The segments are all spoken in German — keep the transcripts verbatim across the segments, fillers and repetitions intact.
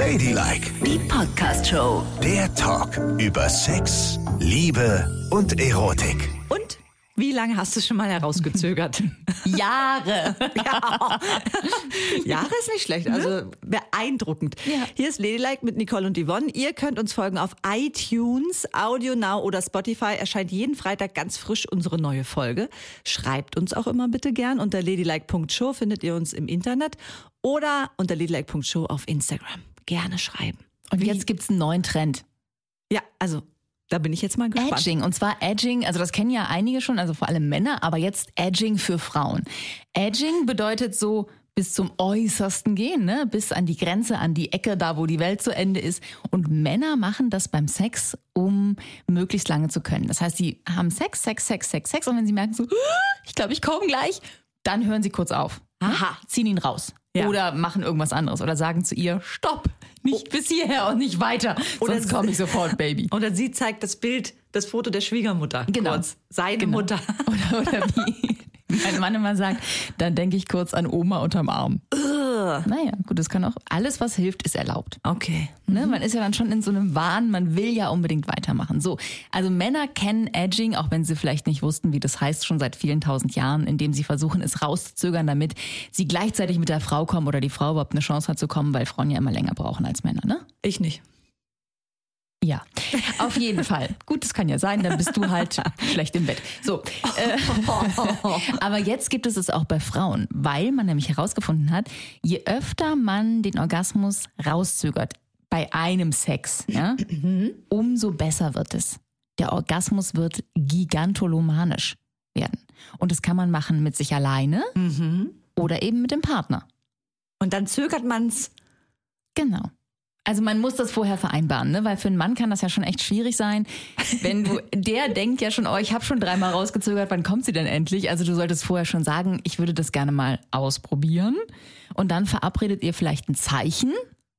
Ladylike, Die Podcast-Show. der Talk über Sex, Liebe und Erotik. Und wie lange hast du schon mal herausgezögert? Jahre. Ja. Jahre ist nicht schlecht, also beeindruckend. Ja. Hier ist Ladylike mit Nicole und Yvonne. Ihr könnt uns folgen auf iTunes, Audio Now oder Spotify. Erscheint jeden Freitag ganz frisch unsere neue Folge. Schreibt uns auch immer bitte gern. Unter ladylike punkt show findet ihr uns im Internet oder unter ladylike punkt show auf Instagram. Gerne schreiben. Und jetzt gibt's einen neuen Trend. Ja, also da bin ich jetzt mal gespannt. Edging. Und zwar Edging, also das kennen ja einige schon, also vor allem Männer, aber jetzt Edging für Frauen. Edging bedeutet so bis zum Äußersten gehen, ne? Bis an die Grenze, an die Ecke, da wo die Welt zu Ende ist. Und Männer machen das beim Sex, um möglichst lange zu können. Das heißt, sie haben Sex, Sex, Sex, Sex, Sex und wenn sie merken so, ich glaube, ich komme gleich, dann hören sie kurz auf. Aha. Ziehen ihn raus. Ja. Oder machen irgendwas anderes. Oder sagen zu ihr, stopp, nicht bis hierher und nicht weiter. Oder Sonst komme ich sofort, Baby. Oder sie zeigt das Bild, das Foto der Schwiegermutter. Genau. Kurz. Seine Genau. Mutter. Oder, oder wie mein Mann immer sagt, dann denke ich kurz an Oma unterm Arm. Naja, gut, das kann auch, alles was hilft, ist erlaubt. Okay. Ne? Man ist ja dann schon in so einem Wahn, man will ja unbedingt weitermachen. So, also Männer kennen Edging, auch wenn sie vielleicht nicht wussten, wie das heißt, schon seit vielen tausend Jahren, indem sie versuchen, es rauszuzögern, damit sie gleichzeitig mit der Frau kommen oder die Frau überhaupt eine Chance hat zu kommen, weil Frauen ja immer länger brauchen als Männer, ne? Ich nicht. Ja, auf jeden Fall. Gut, das kann ja sein, dann bist du halt schlecht im Bett. So, äh, aber jetzt gibt es es auch bei Frauen, weil man nämlich herausgefunden hat, je öfter man den Orgasmus rauszögert bei einem Sex, ja, umso besser wird es. Der Orgasmus wird gigantolomanisch werden. Und das kann man machen mit sich alleine oder eben mit dem Partner. Und dann zögert man's. Genau. Also man muss das vorher vereinbaren, ne? Weil für einen Mann kann das ja schon echt schwierig sein. Wenn du, der denkt ja schon, oh, ich habe schon dreimal rausgezögert, wann kommt sie denn endlich? Also du solltest vorher schon sagen, ich würde das gerne mal ausprobieren. Und dann verabredet ihr vielleicht ein Zeichen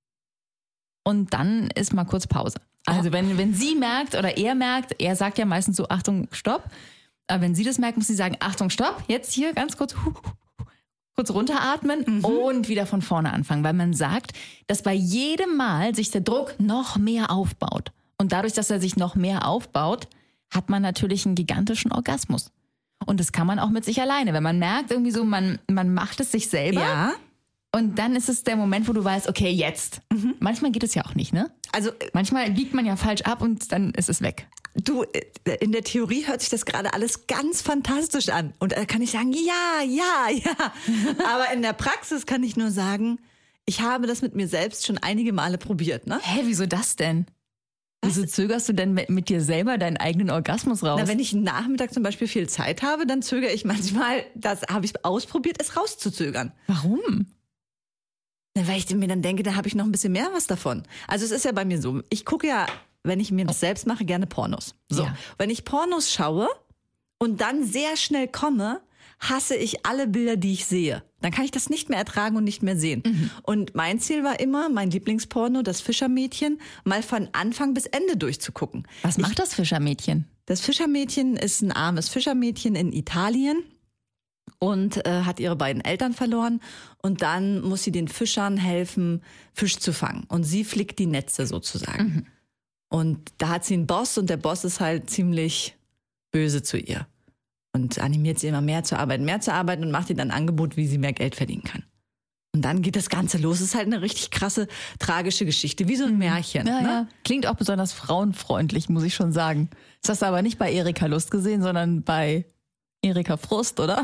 und dann ist mal kurz Pause. Also wenn, wenn sie merkt oder er merkt, er sagt ja meistens so, Achtung, stopp. Aber wenn sie das merkt, muss sie sagen, Achtung, stopp, jetzt hier ganz kurz, kurz runteratmen mhm. und wieder von vorne anfangen, weil man sagt, dass bei jedem Mal sich der Druck noch mehr aufbaut. Und dadurch, dass er sich noch mehr aufbaut, hat man natürlich einen gigantischen Orgasmus. Und das kann man auch mit sich alleine. Wenn man merkt irgendwie so, man, man macht es sich selber. Ja. Und dann ist es der Moment, wo du weißt, okay, jetzt. Mhm. Manchmal geht es ja auch nicht, ne? Also Manchmal biegt man ja falsch ab und dann ist es weg. du, in der Theorie hört sich das gerade alles ganz fantastisch an. Und da kann ich sagen, ja, ja, ja. Aber in der Praxis kann ich nur sagen, ich habe das mit mir selbst schon einige Male probiert, ne? Hä, wieso das denn? Wieso zögerst du denn mit, mit dir selber deinen eigenen Orgasmus raus? Na, wenn ich einen Nachmittag zum Beispiel viel Zeit habe, dann zögere ich manchmal, das habe ich ausprobiert, es rauszuzögern. Warum? Na, weil ich mir dann denke, da habe ich noch ein bisschen mehr was davon. Also es ist ja bei mir so, ich gucke ja, wenn ich mir das selbst mache, gerne Pornos. So, Ja. wenn ich Pornos schaue und dann sehr schnell komme, hasse ich alle Bilder, die ich sehe. Dann kann ich das nicht mehr ertragen und nicht mehr sehen. Mhm. Und mein Ziel war immer, mein Lieblingsporno, das Fischermädchen, mal von Anfang bis Ende durchzugucken. Was macht das Fischermädchen? Das Fischermädchen ist ein armes Fischermädchen in Italien und äh, hat ihre beiden Eltern verloren. Und dann muss sie den Fischern helfen, Fisch zu fangen. Und sie flickt die Netze sozusagen. Mhm. Und da hat sie einen Boss und der Boss ist halt ziemlich böse zu ihr. Und animiert sie immer mehr zu arbeiten, mehr zu arbeiten und macht ihr dann ein Angebot, wie sie mehr Geld verdienen kann. Und dann geht das Ganze los. Es ist halt eine richtig krasse, tragische Geschichte, wie so ein Märchen. Ja, ne? ja. Klingt auch besonders frauenfreundlich, muss ich schon sagen. Das hast du aber nicht bei Erika Lust gesehen, sondern bei Erika Frust, oder?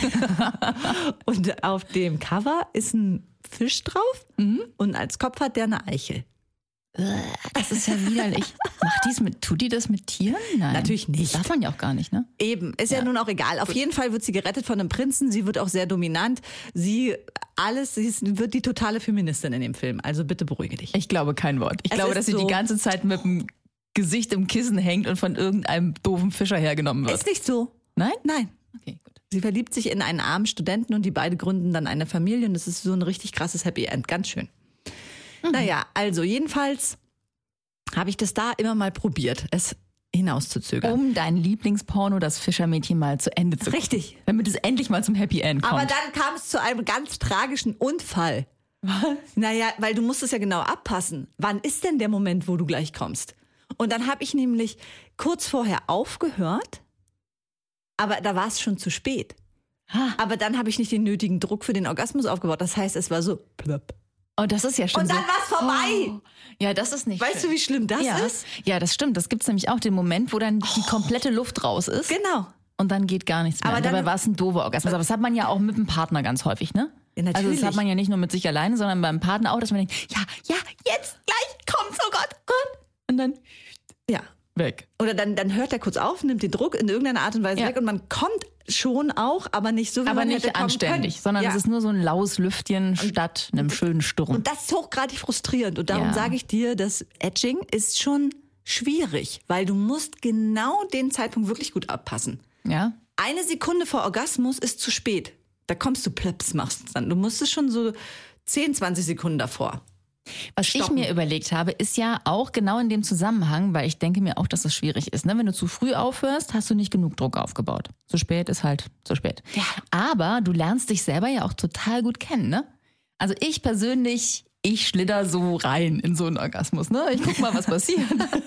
Und auf dem Cover ist ein Fisch drauf mhm. und als Kopf hat der eine Eichel. Das ist ja widerlich. Macht die's mit, tut die das mit Tieren? Nein. Natürlich nicht. Das darf man ja auch gar nicht, ne? Eben, ist ja, Ja. nun auch egal. Auf jeden Fall wird sie gerettet von einem Prinzen. Sie wird auch sehr dominant. Sie, alles, sie ist, wird die totale Feministin in dem Film. Also bitte beruhige dich. Ich glaube kein Wort. Ich Es glaube, ist dass sie so- die ganze Zeit mit dem Gesicht im Kissen hängt und von irgendeinem doofen Fischer hergenommen wird. Ist nicht so. Nein? Nein. Okay, gut. Sie verliebt sich in einen armen Studenten und die beiden gründen dann eine Familie. Und das ist so ein richtig krasses Happy End. Ganz schön. Mhm. Naja, also jedenfalls habe ich das da immer mal probiert, es hinauszuzögern. Um dein Lieblingsporno, das Fischermädchen, mal zu Ende zu gucken. Richtig. Damit es endlich mal zum Happy End kommt. Aber dann kam es zu einem ganz tragischen Unfall. Was? Naja, weil du musst es ja genau abpassen. Wann ist denn der Moment, wo du gleich kommst? Und dann habe ich nämlich kurz vorher aufgehört, aber da war es schon zu spät. Ah. Aber dann habe ich nicht den nötigen Druck für den Orgasmus aufgebaut. Das heißt, es war so plöpp. Oh, das ist ja schon Und dann so. war's vorbei. Oh. Ja, das ist nicht Weißt schön. du, wie schlimm das ja. ist? Ja, das stimmt. Das gibt's nämlich auch den Moment, wo dann die komplette Luft raus ist. Genau. Und dann geht gar nichts mehr. Aber Aber dann- dabei war es ein doofer Orgasmus. Aber das hat man ja auch mit dem Partner ganz häufig, ne? Ja, natürlich. Also das hat man ja nicht nur mit sich alleine, sondern beim Partner auch, dass man denkt, ja, ja, jetzt gleich kommt's, oh Gott, Gott. Und dann Ja. weg. Oder dann, dann hört er kurz auf, nimmt den Druck in irgendeiner Art und Weise Ja. weg und man kommt schon auch, aber nicht so, wie Aber man nicht hätte kommen anständig, können. sondern ja. es ist nur so ein laues Lüftchen statt einem schönen Sturm. Und das ist hochgradig frustrierend. Und darum Ja. sage ich dir, das Edging ist schon schwierig, weil du musst genau den Zeitpunkt wirklich gut abpassen. Ja? Eine Sekunde vor Orgasmus ist zu spät. Da kommst du plöps, machst dann. Du musst es schon so zehn, zwanzig Sekunden davor. Was ich stoppen. mir überlegt habe, ist ja auch genau in dem Zusammenhang, weil ich denke mir auch, dass das schwierig ist. Ne? Wenn du zu früh aufhörst, hast du nicht genug Druck aufgebaut. Zu spät ist halt zu spät. Ja. Aber du lernst dich selber ja auch total gut kennen. Ne? Also ich persönlich, ich schlitter so rein in so einen Orgasmus. Ne? Ich guck mal, was passiert.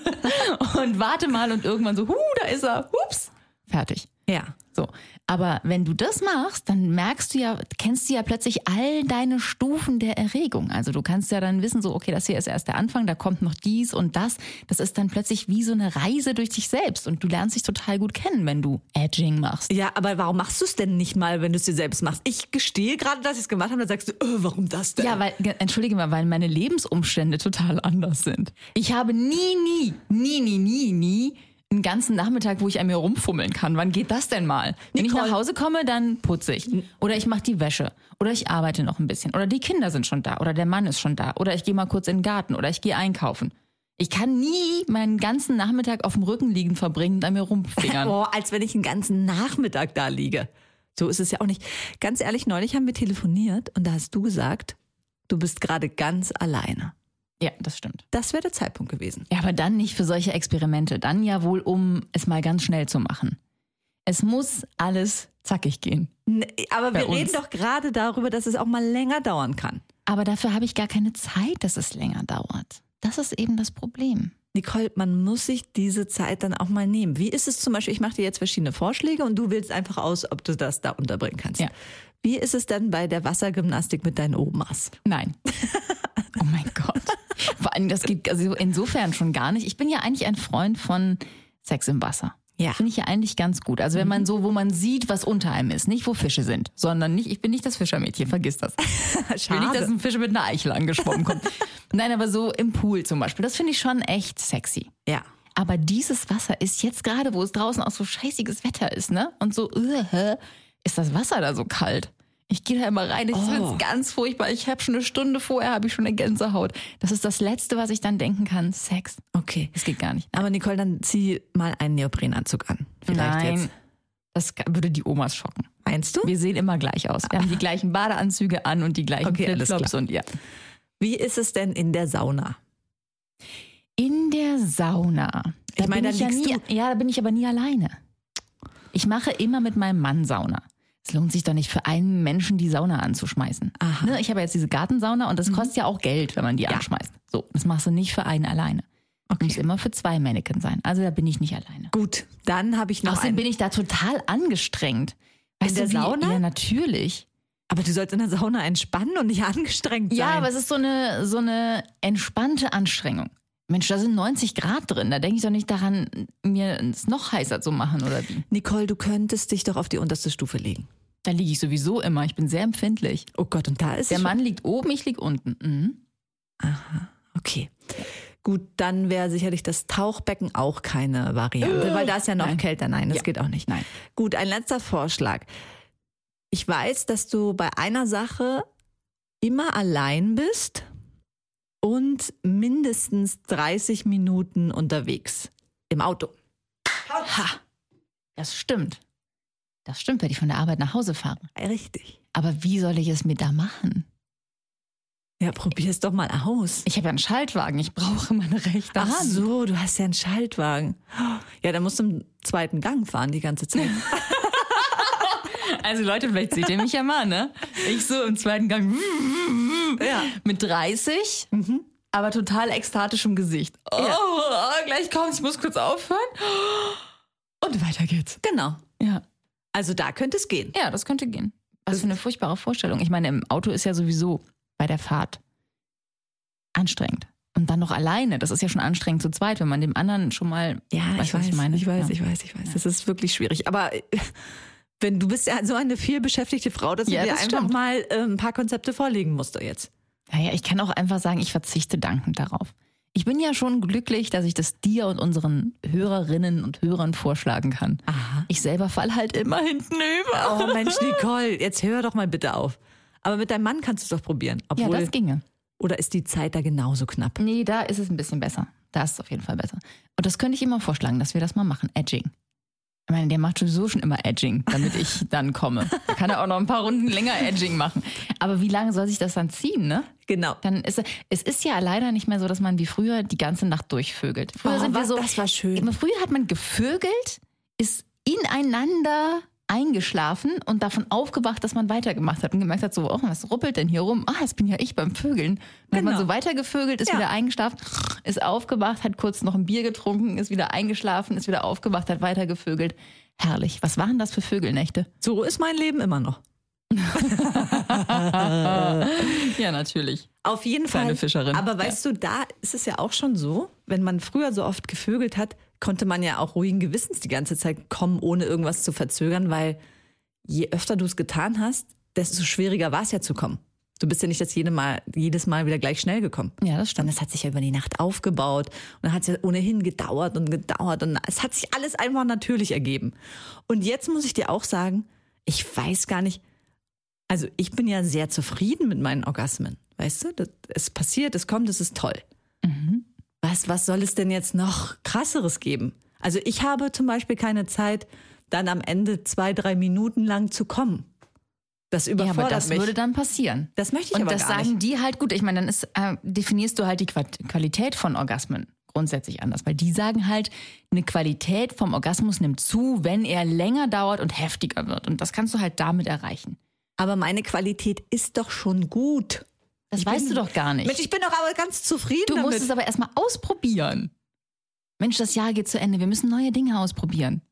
Und warte mal und irgendwann so, hu, da ist er. Hups. Fertig. Ja. So. Aber wenn du das machst, dann merkst du ja, kennst du ja plötzlich all deine Stufen der Erregung. Also du kannst ja dann wissen, so, okay, das hier ist erst der Anfang, da kommt noch dies und das. Das ist dann plötzlich wie so eine Reise durch dich selbst und du lernst dich total gut kennen, wenn du Edging machst. Ja, aber warum machst du es denn nicht mal, wenn du es dir selbst machst? Ich gestehe gerade, dass ich es gemacht habe, dann sagst du, äh, warum das denn? Ja, weil, entschuldige mal, weil meine Lebensumstände total anders sind. Ich habe nie, nie, nie, nie, nie, nie einen ganzen Nachmittag, wo ich an mir rumfummeln kann. Wann geht das denn mal? Wenn ich Nicole. nach Hause komme, dann putze ich. Oder ich mache die Wäsche. Oder ich arbeite noch ein bisschen. Oder die Kinder sind schon da. Oder der Mann ist schon da. Oder ich gehe mal kurz in den Garten. Oder ich gehe einkaufen. Ich kann nie meinen ganzen Nachmittag auf dem Rücken liegen verbringen und an mir rumfingern. Boah, als wenn ich einen ganzen Nachmittag da liege. So ist es ja auch nicht. Ganz ehrlich, neulich haben wir telefoniert und da hast du gesagt, du bist gerade ganz alleine. Ja, das stimmt. Das wäre der Zeitpunkt gewesen. Ja, aber dann nicht für solche Experimente. Dann ja wohl, um es mal ganz schnell zu machen. Es muss alles zackig gehen. N- Aber Bei wir uns. reden doch gerade darüber, dass es auch mal länger dauern kann. Aber dafür habe ich gar keine Zeit, dass es länger dauert. Das ist eben das Problem. Nicole, man muss sich diese Zeit dann auch mal nehmen. Wie ist es zum Beispiel, ich mache dir jetzt verschiedene Vorschläge und du wählst einfach aus, ob du das da unterbringen kannst. Ja. Wie ist es denn bei der Wassergymnastik mit deinen Omas? Nein. Oh mein Gott. Vor allem, das geht also insofern schon gar nicht. Ich bin ja eigentlich ein Freund von Sex im Wasser. Ja. Finde ich ja eigentlich ganz gut. Also wenn man so, wo man sieht, was unter einem ist, nicht wo Fische sind, sondern nicht, ich bin nicht das Fischermädchen, vergiss das. Ich will nicht, dass ein Fisch mit einer Eichel angeschwommen kommt. Nein, aber so im Pool zum Beispiel, das finde ich schon echt sexy. Ja. Aber dieses Wasser ist jetzt gerade, wo es draußen auch so scheißiges Wetter ist, ne? Und so, uh, ist das Wasser da so kalt? Ich gehe da immer rein, ich Oh. finde es ganz furchtbar. Ich habe schon eine Stunde vorher, habe ich schon eine Gänsehaut. Das ist das Letzte, was ich dann denken kann. Sex. Okay. Das geht gar nicht. Aber Nicole, dann zieh mal einen Neoprenanzug an. Vielleicht Nein, jetzt. das würde die Omas schocken. Meinst du? Wir sehen immer gleich aus. Wir haben die gleichen Badeanzüge an und die gleichen Okay, alles Flipflops klar. und ja. Wie ist es denn in der Sauna? In der Sauna. Da Ich meine, bin da ich ja, liegst nie, ja, da bin ich aber nie alleine. Ich mache immer mit meinem Mann Sauna. Es lohnt sich doch nicht für einen Menschen die Sauna anzuschmeißen. Aha. Ne, ich habe jetzt diese Gartensauna und das kostet ja auch Geld, wenn man die anschmeißt. So, das machst du nicht für einen alleine. Okay. Muss immer für zwei Mannequin sein. Also da bin ich nicht alleine. Gut, dann habe ich noch Außerdem einen. bin ich da total angestrengt. Weißt der du, wie, Sauna? Ja, natürlich. Aber du sollst in der Sauna entspannen und nicht angestrengt sein. Ja, aber es ist so eine, so eine entspannte Anstrengung. Mensch, da sind neunzig Grad drin. Da denke ich doch nicht daran, mir es noch heißer zu machen oder wie. Nicole, du könntest dich doch auf die unterste Stufe legen. Da liege ich sowieso immer. Ich bin sehr empfindlich. Oh Gott, und da ist Der es Mann liegt oben, ich liege unten. Mhm. Aha, okay. Gut, dann wäre sicherlich das Tauchbecken auch keine Variante, weil da ist ja noch Nein. kälter. Nein, das Ja. geht auch nicht. Nein. Gut, ein letzter Vorschlag. Ich weiß, dass du bei einer Sache immer allein bist und mindestens dreißig Minuten unterwegs im Auto. Ha, das stimmt. Das stimmt, wenn ich von der Arbeit nach Hause fahre. Richtig. Aber wie soll ich es mir da machen? Ja, probier es doch mal aus. Ich habe ja einen Schaltwagen. Ich brauche meine rechte Ach Hand. so, du hast ja einen Schaltwagen. Ja, dann musst du im zweiten Gang fahren die ganze Zeit. Also Leute, vielleicht seht ihr mich ja mal, ne? Ich so im zweiten Gang. Ja. mit dreißig, mhm. aber total ekstatischem Gesicht. Oh, ja. Gleich kommt's, ich muss kurz aufhören. Und weiter geht's. Genau. Ja. Also da könnte es gehen. Ja, das könnte gehen. Was für eine furchtbare Vorstellung. Ich meine, im Auto ist ja sowieso bei der Fahrt anstrengend. Und dann noch alleine. Das ist ja schon anstrengend zu zweit, wenn man dem anderen schon mal... Ja, weiß, ich, weiß, ich, meine. ich weiß, ja. ich weiß, ich weiß. Ja. Das ist wirklich schwierig. Aber wenn du bist ja so eine vielbeschäftigte Frau, dass ja, du dir das einfach stimmt. mal äh, ein paar Konzepte vorlegen musst du jetzt. Naja, ich kann auch einfach sagen, ich verzichte dankend darauf. Ich bin ja schon glücklich, dass ich das dir und unseren Hörerinnen und Hörern vorschlagen kann. Aha. Ich selber fall halt immer hinten über. Oh Mensch, Nicole, jetzt hör doch mal bitte auf. Aber mit deinem Mann kannst du es doch probieren. Obwohl, ja, das ginge. Oder ist die Zeit da genauso knapp? Nee, da ist es ein bisschen besser. Da ist es auf jeden Fall besser. Und das könnte ich immer vorschlagen, dass wir das mal machen. Edging. Ich meine, der macht sowieso schon immer Edging, damit ich dann komme. Da kann er auch noch ein paar Runden länger Edging machen. Aber wie lange soll sich das dann ziehen, ne? Genau. Dann ist es ist ja leider nicht mehr so, dass man wie früher die ganze Nacht durchvögelt. Früher Oh, sind wir was, so, das war schön. Immer früher hat man gevögelt, ist ineinander eingeschlafen und davon aufgewacht, dass man weitergemacht hat und gemerkt hat, so, oh, was ruppelt denn hier rum? Ah, das bin ja ich beim Vögeln. Dann Genau. hat man so weitergevögelt, ist Ja. wieder eingeschlafen, ist aufgewacht, hat kurz noch ein Bier getrunken, ist wieder eingeschlafen, ist wieder aufgewacht, hat weitergevögelt. Herrlich. Was waren das für Vögelnächte? So ist mein Leben immer noch. Ja, natürlich. Auf jeden Kleine Fall. Fischerin. Aber weißt du, da ist es ja auch schon so, wenn man früher so oft gevögelt hat, konnte man ja auch ruhigen Gewissens die ganze Zeit kommen, ohne irgendwas zu verzögern, weil je öfter du es getan hast, desto schwieriger war es ja zu kommen. Du bist ja nicht das jede Mal, jedes Mal wieder gleich schnell gekommen. Ja, das stimmt. Sondern es hat sich ja über die Nacht aufgebaut und dann hat es ja ohnehin gedauert und gedauert und es hat sich alles einfach natürlich ergeben. Und jetzt muss ich dir auch sagen, ich weiß gar nicht, also ich bin ja sehr zufrieden mit meinen Orgasmen. Weißt du, das, es passiert, es kommt, es ist toll. Mhm. Was, was soll es denn jetzt noch krasseres geben? Also ich habe zum Beispiel keine Zeit, dann am Ende zwei, drei Minuten lang zu kommen. Das überfordert ja, aber das mich. würde dann passieren. Das möchte ich Und aber das gar sagen nicht. die halt, gut, ich meine, dann ist, äh, definierst du halt die Qua- Qualität von Orgasmen grundsätzlich anders. Weil die sagen halt, eine Qualität vom Orgasmus nimmt zu, wenn er länger dauert und heftiger wird. Und das kannst du halt damit erreichen. Aber meine Qualität ist doch schon gut. Das Ich weißt bin- du doch gar nicht. Mensch, ich bin doch aber ganz zufrieden Du damit. musst es aber erstmal ausprobieren. Mensch, das Jahr geht zu Ende. Wir müssen neue Dinge ausprobieren.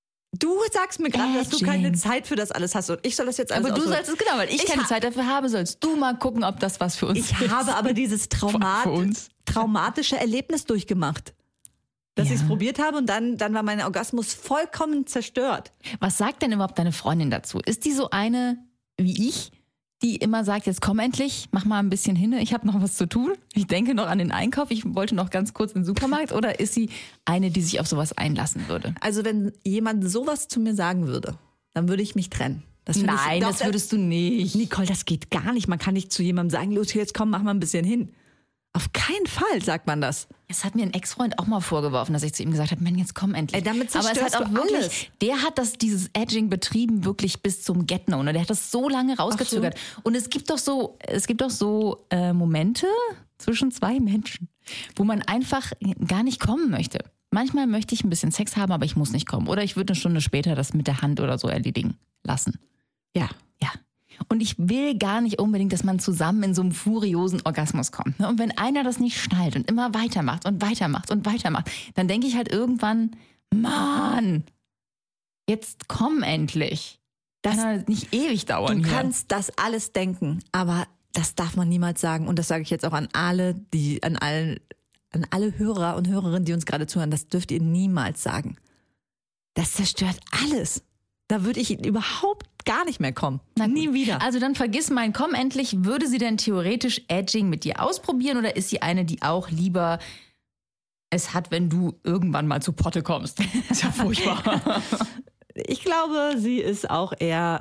Du sagst mir gerade, dass du Edging. keine Zeit für das alles hast und ich soll das jetzt alles Aber du ausprobieren. sollst es, genau, weil ich, Ich keine ha- Zeit dafür habe, sollst du mal gucken, ob das was für uns Ich ist. habe aber dieses Traumat, Für uns. traumatische Erlebnis durchgemacht. Dass Ja. ich es probiert habe und dann, dann war mein Orgasmus vollkommen zerstört. Was sagt denn überhaupt deine Freundin dazu? Ist die so eine wie ich, die immer sagt, jetzt komm endlich, mach mal ein bisschen hin, ich habe noch was zu tun, ich denke noch an den Einkauf, ich wollte noch ganz kurz in den Supermarkt, oder ist sie eine, die sich auf sowas einlassen würde? Also wenn jemand sowas zu mir sagen würde, dann würde ich mich trennen. Das finde Nein, ich, das würdest du nicht. Nicole, das geht gar nicht. Man kann nicht zu jemandem sagen, los, jetzt komm, mach mal ein bisschen hin. Auf keinen Fall sagt man das. Das hat mir ein Ex-Freund auch mal vorgeworfen, dass ich zu ihm gesagt habe, Mann, jetzt komm endlich. Ey, damit Aber es zerstörst hat auch du wirklich, alles. der hat das, dieses Edging betrieben wirklich bis zum Get-No. Und der hat das so lange rausgezögert. Und es gibt doch so, es gibt doch so äh, Momente zwischen zwei Menschen, wo man einfach gar nicht kommen möchte. Manchmal möchte ich ein bisschen Sex haben, aber ich muss nicht kommen. Oder ich würde eine Stunde später das mit der Hand oder so erledigen lassen. Ja. Ja. Und ich will gar nicht unbedingt, dass man zusammen in so einem furiosen Orgasmus kommt. Und wenn einer das nicht schnallt und immer weitermacht und weitermacht und weitermacht, dann denke ich halt irgendwann, Mann, jetzt komm endlich. Das kann halt nicht ewig dauern. Du hier. kannst das alles denken, aber das darf man niemals sagen. Und das sage ich jetzt auch an alle, die, an allen, an alle Hörer und Hörerinnen, die uns gerade zuhören. Das dürft ihr niemals sagen. Das zerstört alles. Da würde ich überhaupt gar nicht mehr kommen. Na gut. Nie wieder. Also dann vergiss mein Komm endlich. Würde sie denn theoretisch Edging mit dir ausprobieren oder ist sie eine, die auch lieber es hat, wenn du irgendwann mal zu Potte kommst? Ist ja furchtbar. Ich glaube, sie ist auch eher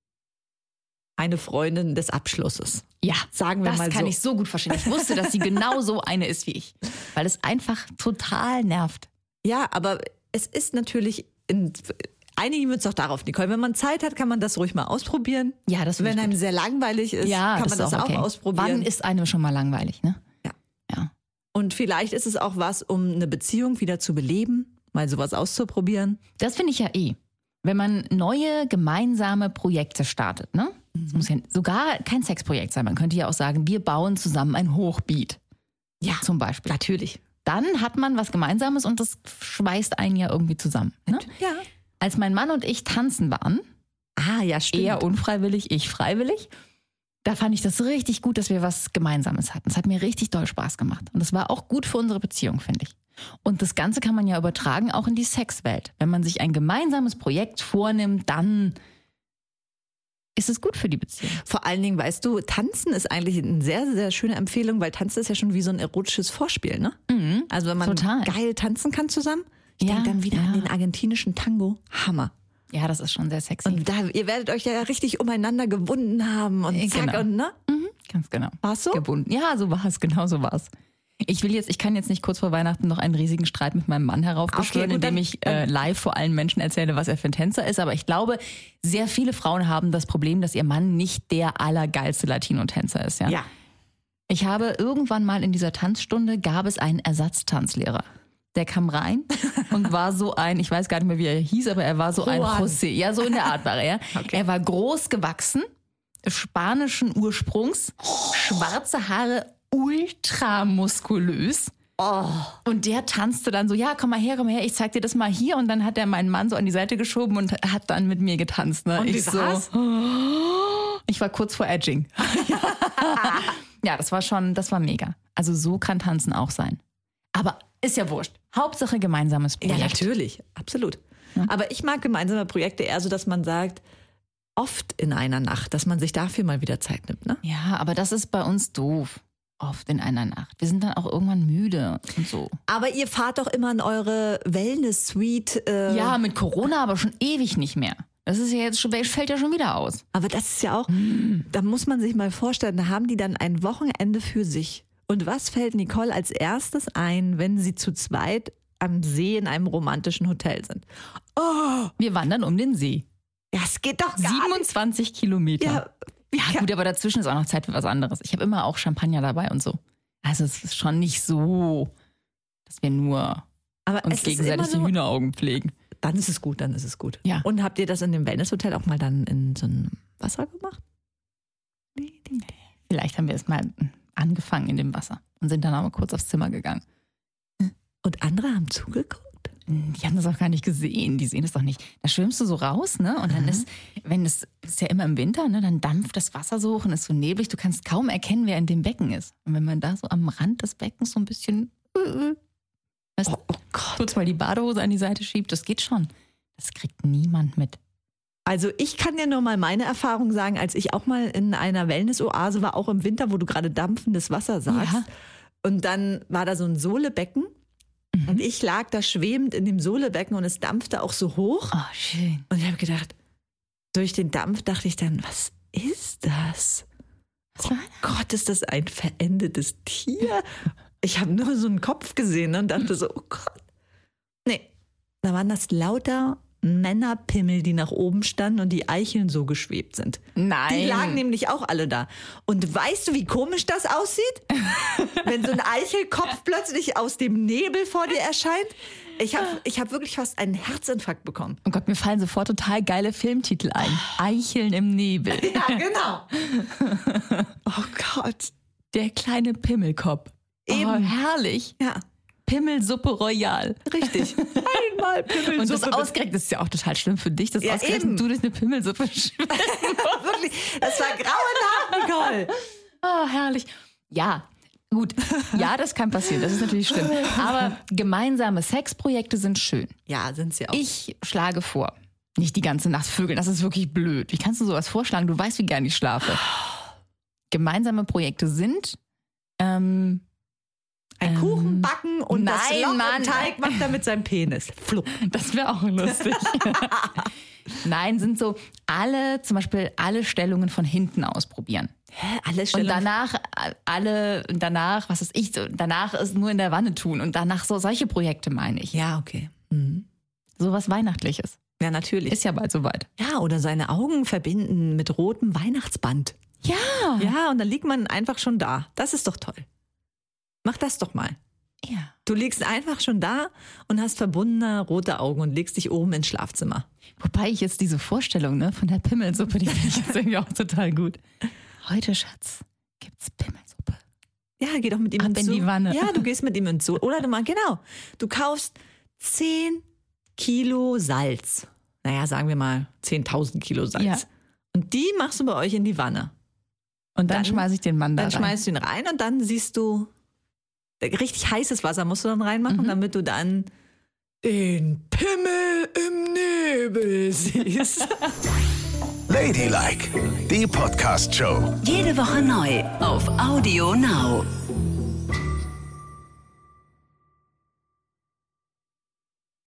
eine Freundin des Abschlusses. Ja, Sagen wir das mal kann so. ich so gut verstehen. Ich wusste, dass sie genau so eine ist wie ich. Weil es einfach total nervt. Ja, aber es ist natürlich, in, einigen wird es auch darauf, Nicole, wenn man Zeit hat, kann man das ruhig mal ausprobieren. Ja, das finde Wenn ich einem gut. sehr langweilig ist, Ja, kann das man ist das auch auch okay. ausprobieren. Wann ist einem schon mal langweilig, ne? Ja. Ja. Und vielleicht ist es auch was, um eine Beziehung wieder zu beleben, mal sowas auszuprobieren. Das finde ich ja eh. Wenn man neue gemeinsame Projekte startet, ne? Es muss ja sogar kein Sexprojekt sein. Man könnte ja auch sagen, wir bauen zusammen ein Hochbeat. Ja, zum Beispiel. Natürlich. Dann hat man was Gemeinsames und das schweißt einen ja irgendwie zusammen. Ne? Ja. Als mein Mann und ich tanzen waren, Ah, ja, stimmt. er unfreiwillig, ich freiwillig, da fand ich das richtig gut, dass wir was Gemeinsames hatten. Es hat mir richtig doll Spaß gemacht. Und das war auch gut für unsere Beziehung, finde ich. Und das Ganze kann man ja übertragen auch in die Sexwelt. Wenn man sich ein gemeinsames Projekt vornimmt, dann ist es gut für die Beziehung. Vor allen Dingen, weißt du, Tanzen ist eigentlich eine sehr, sehr schöne Empfehlung, weil Tanzen ist ja schon wie so ein erotisches Vorspiel, ne? Mhm, also wenn man total. geil tanzen kann zusammen, ich Ja, denke dann wieder ja. an den argentinischen Tango. Hammer. Ja, das ist schon sehr sexy. Und da, ihr werdet euch ja richtig umeinander gewunden haben und Äh, zack genau. und ne? Mhm, ganz genau. War's so? Gebunden. Ja, so war es, genau so war es. Ich will jetzt, ich kann jetzt nicht kurz vor Weihnachten noch einen riesigen Streit mit meinem Mann heraufbeschwören, Okay, gut, indem dann- ich äh, live vor allen Menschen erzähle, was er für ein Tänzer ist. Aber ich glaube, sehr viele Frauen haben das Problem, dass ihr Mann nicht der allergeilste Latino-Tänzer ist. Ja? Ja. Ich habe irgendwann mal in dieser Tanzstunde, gab es einen Ersatztanzlehrer. Der kam rein und war so ein, ich weiß gar nicht mehr, wie er hieß, aber er war so ein Juan. José. Ja, so in der Art war er. Okay. Er war groß gewachsen, spanischen Ursprungs, schwarze Haare, ultramuskulös. Oh. Und der tanzte dann so, ja, komm mal her, komm mal her, ich zeig dir das mal hier. Und dann hat er meinen Mann so an die Seite geschoben und hat dann mit mir getanzt. Ne? Und wie ich war's? so, ich war kurz vor Edging. Ja, das war schon, das war mega. Also so kann Tanzen auch sein. Aber ist ja wurscht. Hauptsache gemeinsames Ja, Projekt. natürlich, absolut. Aber ich mag gemeinsame Projekte eher so, dass man sagt, oft in einer Nacht, dass man sich dafür mal wieder Zeit nimmt, ne? Ja, aber das ist bei uns doof. Oft in einer Nacht. Wir sind dann auch irgendwann müde und so. Aber ihr fahrt doch immer in eure Wellness-Suite. Äh, Ja, mit Corona aber schon ewig nicht mehr. Das ist ja jetzt schon, fällt ja schon wieder aus. Aber das ist ja auch, da muss man sich mal vorstellen, da haben die dann ein Wochenende für sich. Und was fällt Nicole als erstes ein, wenn sie zu zweit am See in einem romantischen Hotel sind? Oh, Wir wandern um den See. das geht doch gar nicht. siebenundzwanzig Kilometer. Ja, wie Ja, kann- gut, aber dazwischen ist auch noch Zeit für was anderes. Ich habe immer auch Champagner dabei und so. Also es ist schon nicht so, dass wir nur aber uns es ist immer gegenseitig die so, Hühneraugen pflegen. dann ist es gut, dann ist es gut. Ja. Und habt ihr das in dem Wellnesshotel auch mal dann in so einem Wasser gemacht? Vielleicht haben wir es mal angefangen in dem Wasser und sind dann aber kurz aufs Zimmer gegangen. Und andere haben zugeguckt? Die haben das auch gar nicht gesehen, die sehen das doch nicht. Da schwimmst du so raus, ne? Und dann ist, wenn es ist ja immer im Winter, ne, dann dampft das Wasser so hoch und ist so neblig, du kannst kaum erkennen, wer in dem Becken ist. Und wenn man da so am Rand des Beckens so ein bisschen weißt, Oh, oh Gott. kurz mal die Badehose an die Seite schiebt, das geht schon. Das kriegt niemand mit. Also ich kann dir nur mal meine Erfahrung sagen, als ich auch mal in einer Wellness-Oase war, auch im Winter, wo du gerade dampfendes Wasser sagst. Ja. Und dann war da so ein Sohlebecken. Mhm. Und ich lag da schwebend in dem Sohlebecken und es dampfte auch so hoch. Oh, schön. Und ich habe gedacht, durch den Dampf dachte ich dann, was ist das? Was war Oh Gott, ist das ein verendetes Tier? Ich habe nur so einen Kopf gesehen und dachte so, oh Gott. Nee, da waren das lauter Männerpimmel, die nach oben standen und die Eicheln so geschwebt sind. Nein. Die lagen nämlich auch alle da. Und weißt du, wie komisch das aussieht? Wenn so ein Eichelkopf plötzlich aus dem Nebel vor dir erscheint. Ich habe ich hab wirklich fast einen Herzinfarkt bekommen. Oh Gott, mir fallen sofort total geile Filmtitel ein. Eicheln im Nebel. Ja, genau. Oh Gott. Der kleine Pimmelkopf. Oh, Eben. herrlich. Ja, Pimmelsuppe Royal. richtig. Einmal Pimmelsuppe. Und das ausgerechnet, das ist ja auch total schlimm für dich, dass Ja, ausgerechnet eben. du durch eine Pimmelsuppe schwimmen. Wirklich, das war grauenhaft, Nicole. Oh, herrlich. Ja, gut. Ja, das kann passieren. Das ist natürlich schlimm. Aber gemeinsame Sexprojekte sind schön. Ja, sind sie auch. Ich schlage vor, nicht die ganze Nacht vögeln, das ist wirklich blöd. Wie kannst du sowas vorschlagen? Du weißt, wie gern ich schlafe. Gemeinsame Projekte sind ähm, Ein ähm, Kuchen backen und das nein, Loch Mann. im Teig macht er mit seinem Penis. Flupp. das wäre auch lustig. Nein, sind so alle, zum Beispiel alle Stellungen von hinten ausprobieren. Hä, alle Und Stellungen. danach äh, alle, danach, was ist ich, so, danach ist nur in der Wanne tun und danach so solche Projekte meine ich. Ja, okay. Mhm. Sowas Weihnachtliches. Ja, natürlich. Ist ja bald soweit. Ja, oder seine Augen verbinden mit rotem Weihnachtsband. Ja. Ja, und dann liegt man einfach schon da. Das ist doch toll. Mach das doch mal. Ja. ja. Du liegst einfach schon da und hast verbundene rote Augen und legst dich oben ins Schlafzimmer. Wobei ich jetzt diese Vorstellung ne, von der Pimmelsuppe, die finde ich jetzt irgendwie auch total gut. Heute, Schatz, gibt's Pimmelsuppe. Ja, geh doch mit ihm Ab ins in Zoo. die Wanne. Ja, du gehst mit ihm ins Zoo. Oder du machst, genau, du kaufst zehn Kilo Salz. Naja, sagen wir mal zehntausend Kilo Salz. Ja. Und die machst du bei euch in die Wanne. Und dann, Dann- schmeiße ich den Mann da Dann rein. schmeißt du ihn rein und dann siehst du, richtig heißes Wasser musst du dann reinmachen, Mhm. damit du dann den Pimmel im Nebel siehst. Ladylike, die Podcast-Show. Jede Woche neu auf Audio Now.